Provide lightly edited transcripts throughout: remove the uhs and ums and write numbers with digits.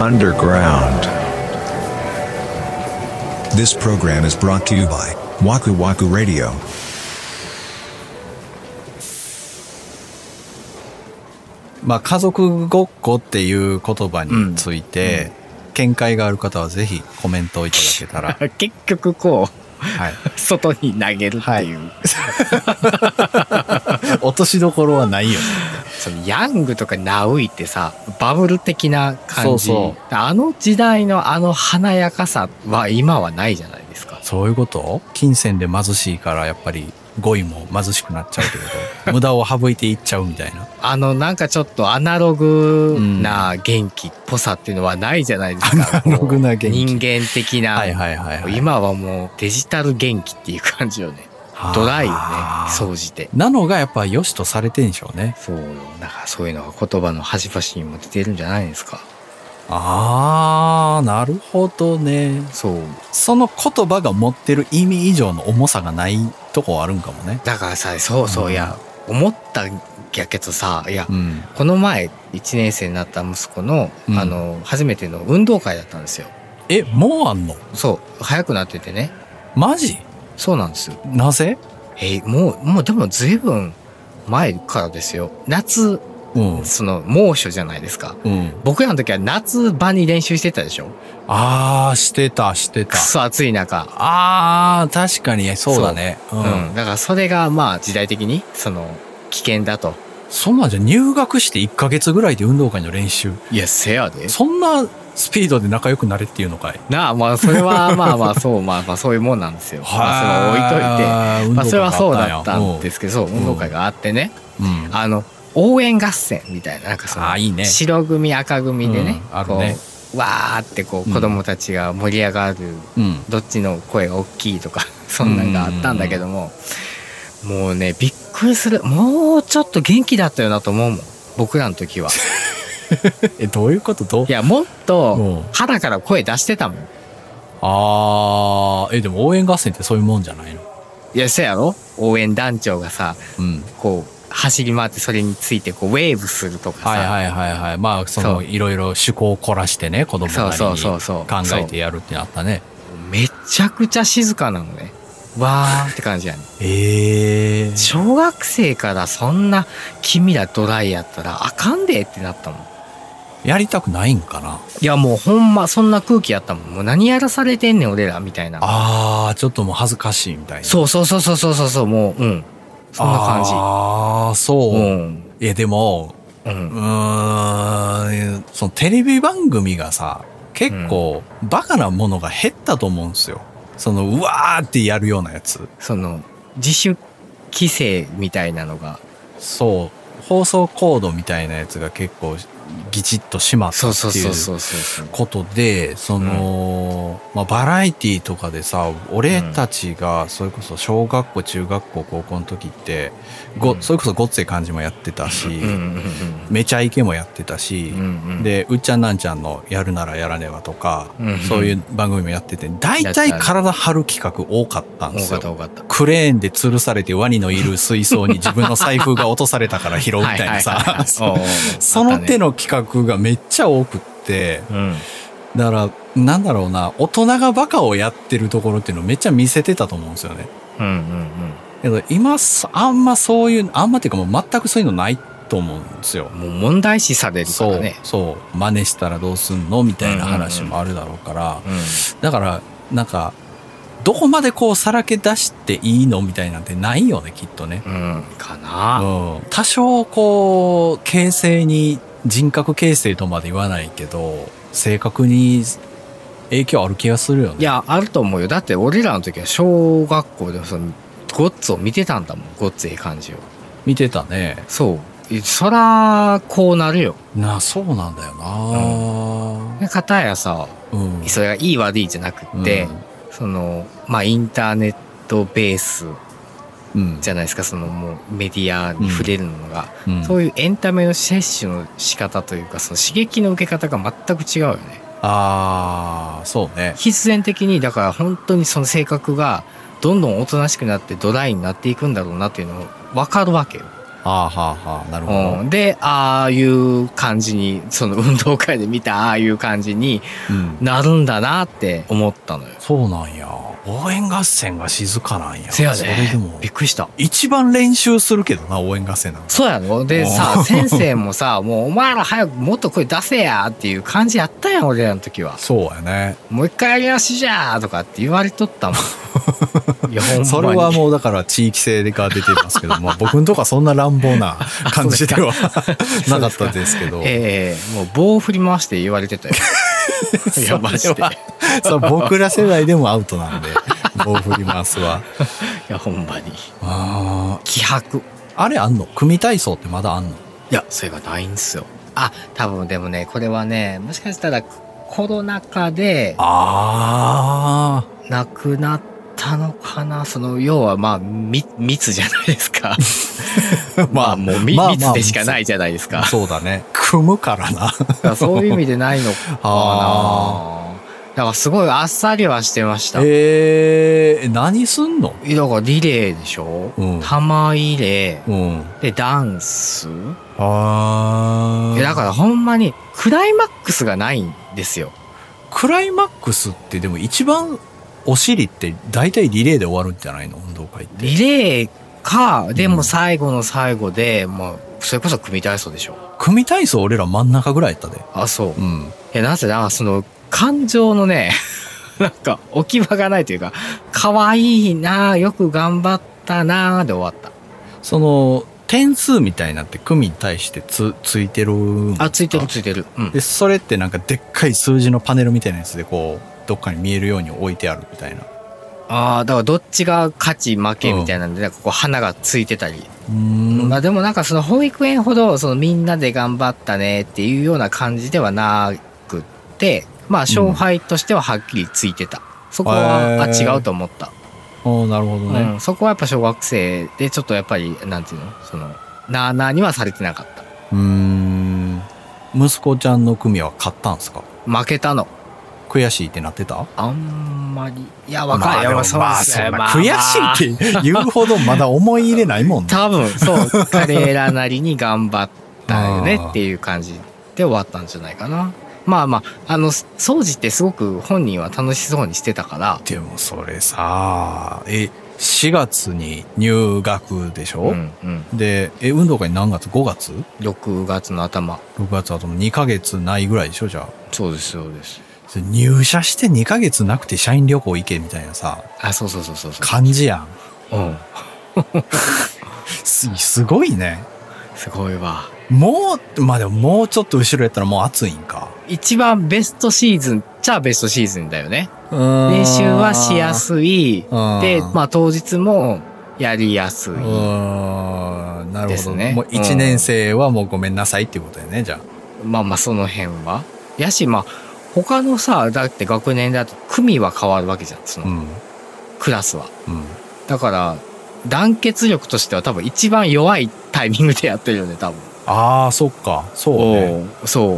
underground. This program is brought to you by Waku Waku Radio. まあ家族ごっこっていう言葉について、見解がある方はぜひコメントをいただけたら。 結局こう、 はい、 外に投げるっていう、 はい、落としどころはないよね。 そのヤングとかナウイってさ、バブル的な感じ。 そうあの時代のあの華やかさは今はないじゃないですか。 そういうこと？金銭で貧しいからやっぱり語彙も貧しくなっちゃうってこと無駄を省いていっちゃうみたいな。 なんかちょっとアナログな元気っぽさっていうのはないじゃないですか。 アナログな元気。 人間的な。 はいはいはいはい。 今はもうデジタル元気っていう感じよね。ドライよね、総じて。 なのがやっぱ良しとされてんでしょうね。 そう。だからそういうのが言葉の端々にも出てるんじゃないですか。 あー、なるほどね。 そう。 その言葉が持ってる意味以上の重さがないとこあるんかもね。 だからさ、そうそう、いや、思ったんやけどさ、いや、 うんこの前1年生になった息子の、初めての運動会だったんですよ。 もうあんの？ そう、早くなっててね。 マジ？ そうなんですよ。 なぜ？ もうでも随分前からですよ。夏、その猛暑じゃないですか。僕らの時は夏場に練習してたでしょ。 してた。 くそ暑い中。 確かにそうだね。 だからそれがまあ時代的にその危険だと。 そんなんじゃ入学して1ヶ月ぐらいで運動会の練習。 いや、せやで。 そんなスピードで仲良くなれっていうのかい。 まあそれはまあそうそういうもんなんですよ。それは置いといて、それはそうだったんですけど、そう運動会があってね、応援合戦みたいな、なんかそのいいね、 白組赤組でね、こね、 うわーってこう子供たちが盛り上がる、どっちの声が大きいとかそんなんがあったんだけども、もうねびっくりする。もうちょっと元気だったよなと思うもん、僕らの時は。 どういうこと？ いや、もっと腹から声出してたもん。 でも応援合戦ってそういうもんじゃないの？ いや、そうやろ。応援団長がさ、こう走り回ってそれについてこうウェーブするとかさ。 はい。まあそのいろいろ趣向を凝らしてね、子供なりに考えてやるってなったね。 めちゃくちゃ静かなのね。わーって感じやね。小学生からそんな君らドライやったらあかんでってなったもん。 やりたくないんかな。 いや、もうほんまそんな空気やったもん。もう何やらされてんねん俺らみたいな。 ちょっともう恥ずかしいみたいな。 そうもうそんな感じ。 そう。いやでもそのテレビ番組がさ、結構バカなものが減ったと思うんですよ。そのうわーってやるようなやつ。 その自主規制みたいなのが。 そう。放送コードみたいなやつが結構ギチッとしまったっていうことで、その、バラエティとかでさ、俺たちがそれこそ小学校中学校高校の時って、それこそごっつえ感じもやってたし、めちゃイケもやってたし、でうっちゃんなんちゃんのやるならやらねばとか、そういう番組もやってて、大体体張る企画多かったんですよ。クレーンで吊るされてワニのいる水槽に自分の財布が落とされたから拾うみたいなさ、その手の企画がめっちゃ多くって、だからなんだろうな、大人がバカをやってるところっていうのをめっちゃ見せてたと思うんですよね。けど今あんまっていうかもう全くそういうのないと思うんですよ。 もう問題視されるからね。 そう真似したらどうすんのみたいな話もあるだろうから、だからなんかどこまでこうさらけ出していいのみたいなんてないよね、きっとね。 かな。 多少こう形成に人格形成とまで言わないけど性格に影響ある気がするよね。 いや、あると思うよ。だって俺らの時は小学校でそのゴッツを見てたんだもん。ゴッツええ感じを見てたね。 そう、そらこうなるよそうなんだよな。 で片やさ、それがいい悪いじゃなくって、そのインターネットベースじゃないですか、そのもうメディアに触れるのが、そういうエンタメの摂取の仕方というか、その刺激の受け方が全く違うよね。 そうね。 必然的にだから本当にその性格がどんどんおとなしくなってドライになっていくんだろうなっていうの分かるわけよ。 はあはあはあ、なるほど。 で、ああいう感じに、その運動会で見たああいう感じになるんだなって思ったのよ。 そうなんや。応援合戦が静かなんや。 せやね。 それでもびっくりした。 一番練習するけどな、応援合戦なんか。 そうやろ。でさ、先生もさ、もうお前ら早くもっと声出せやっていう感じやったやん、俺らの時は。 そうやね。 もう一回やり直しじゃーとかって言われとったもん。いや、ほんまに。 それはもうだから地域性が出てますけど、まあ僕のとこはそんな乱暴な感じではなかったですけど。 もう棒振り回して言われてたよ。いや、マジで。 そう、僕ら世代でもアウトなんで、棒振り回すは。 いや、ほんまに。 ああ。 気迫。 あれあんの？組体操ってまだあんの？ いや、それがないんですよ。あ、多分でもね、これはね、もしかしたらコロナ禍で、なくなったのかな。その、要はまあ、密じゃないですか。まあ、もう密でしかないじゃないですか。 そうだね。組むからな。 そういう意味でないのかな。だからすごいあっさりはしてました。 何すんの？ だからリレーでしょ、玉入れ、でダンス。だからほんまにクライマックスがないんですよ。 クライマックスってでも一番お尻って大体リレーで終わるんじゃないの？運動会って。リレーか、でも最後の最後で、まあ、それこそ組体操でしょ。 組体操俺ら真ん中ぐらいやったで。 あ、そう。なぜだ、その、感情のね、なんか置き場がないというか、可愛いな、よく頑張ったなで終わった。 その点数みたいなって組に対してついてるんですか？ ついてる。 でそれってなんかでっかい数字のパネルみたいなやつでこうどっかに見えるように置いてあるみたいな。 だからどっちが勝ち負けみたいなんで、なんかこう花がついてたり。まあでもなんかその保育園ほどそのみんなで頑張ったねっていうような感じではなくって。まあ勝敗としてははっきりついてた。そこは違うと思った。 なるほどね。 そこはやっぱ小学生でちょっとやっぱりなんていうの、そのなあなあにはされてなかった。 息子ちゃんの組は勝ったんすか？ 負けたの。 悔しいってなってた？あんまり。いや、わかるよ。 そうですね。悔しいって言うほどまだ思い入れないもんね。 多分そう。彼らなりに頑張ったよねっていう感じで終わったんじゃないかな。まあまあ、掃除ってすごく本人は楽しそうにしてたから。 でもそれさ、4月に入学でしょ？で、運動会何月？ 5 月？ 6月の頭。 6月頭2ヶ月ないぐらいでしょ、じゃあ。 そうです、そうです。 入社して2ヶ月なくて社員旅行行けみたいなさ。 そう。 感じやん。すごいね。 すごいわ。 まあでももうちょっと後ろやったらもう暑いんか。 一番ベストシーズンじゃあベストシーズンだよね。練習はしやすい。で、まあ当日もやりやすい。 なるほどね。もう1年生はもうごめんなさいっていうことだよね、じゃあ。 まあその辺は。やし、まあ他のさ、だって学年だと組は変わるわけじゃん、その、クラスは。だから、団結力としては多分一番弱いタイミングでやってるよね、多分。 そっか。そうね。 そう。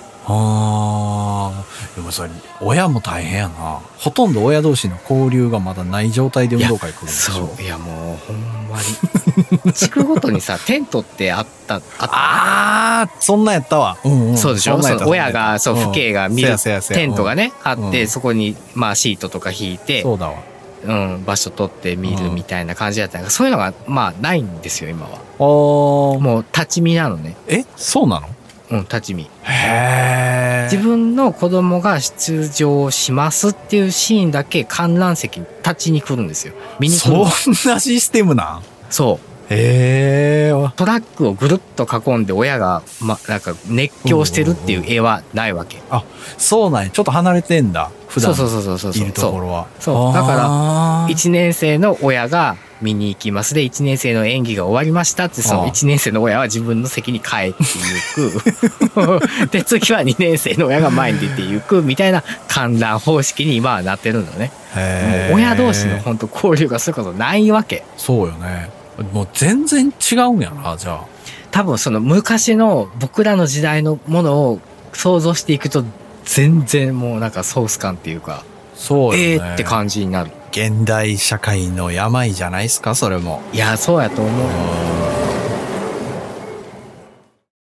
でもそれ、親も大変やな。ほとんど親同士の交流がまだない状態で運動会来るんでしょ。 そう。いやもう、ほんまに。地区ごとにさ、テントってあった。 そんなんやったわ。 そうでしょ？その親が、そう、父兄が見るテントがね、あって、そこに、まあシートとか引いて。 そうだわ。 場所取って見るみたいな感じだったんだけど、そういうのがまあないんですよ今は。もう立ち見なのね。 そうなの？ 立ち見。自分の子供が出場しますっていうシーンだけ観覧席に立ちに来るんですよ。見に来る。 そんなシステムなん？ そう。トラックをぐるっと囲んで親がなんか熱狂してるっていう絵はないわけ。 そうなんや。ちょっと離れてんだ。普段そういるところは。 そう。だから1年生の親が見に行きますで1年生の演技が終わりましたってその1年生の親は自分の席に帰っていく。で次は2年生の親が前に出ていくみたいな観覧方式に今はなってるのね。もう親同士の本当交流がそういうことないわけ。 そうよね。もう全然違うんやな、じゃあ。 多分その昔の僕らの時代のものを想像していくと全然もうなんかソース感っていうか、 そうよね。 って感じになる。 現代社会の病じゃないですか、それも。 いや、そうやと思う。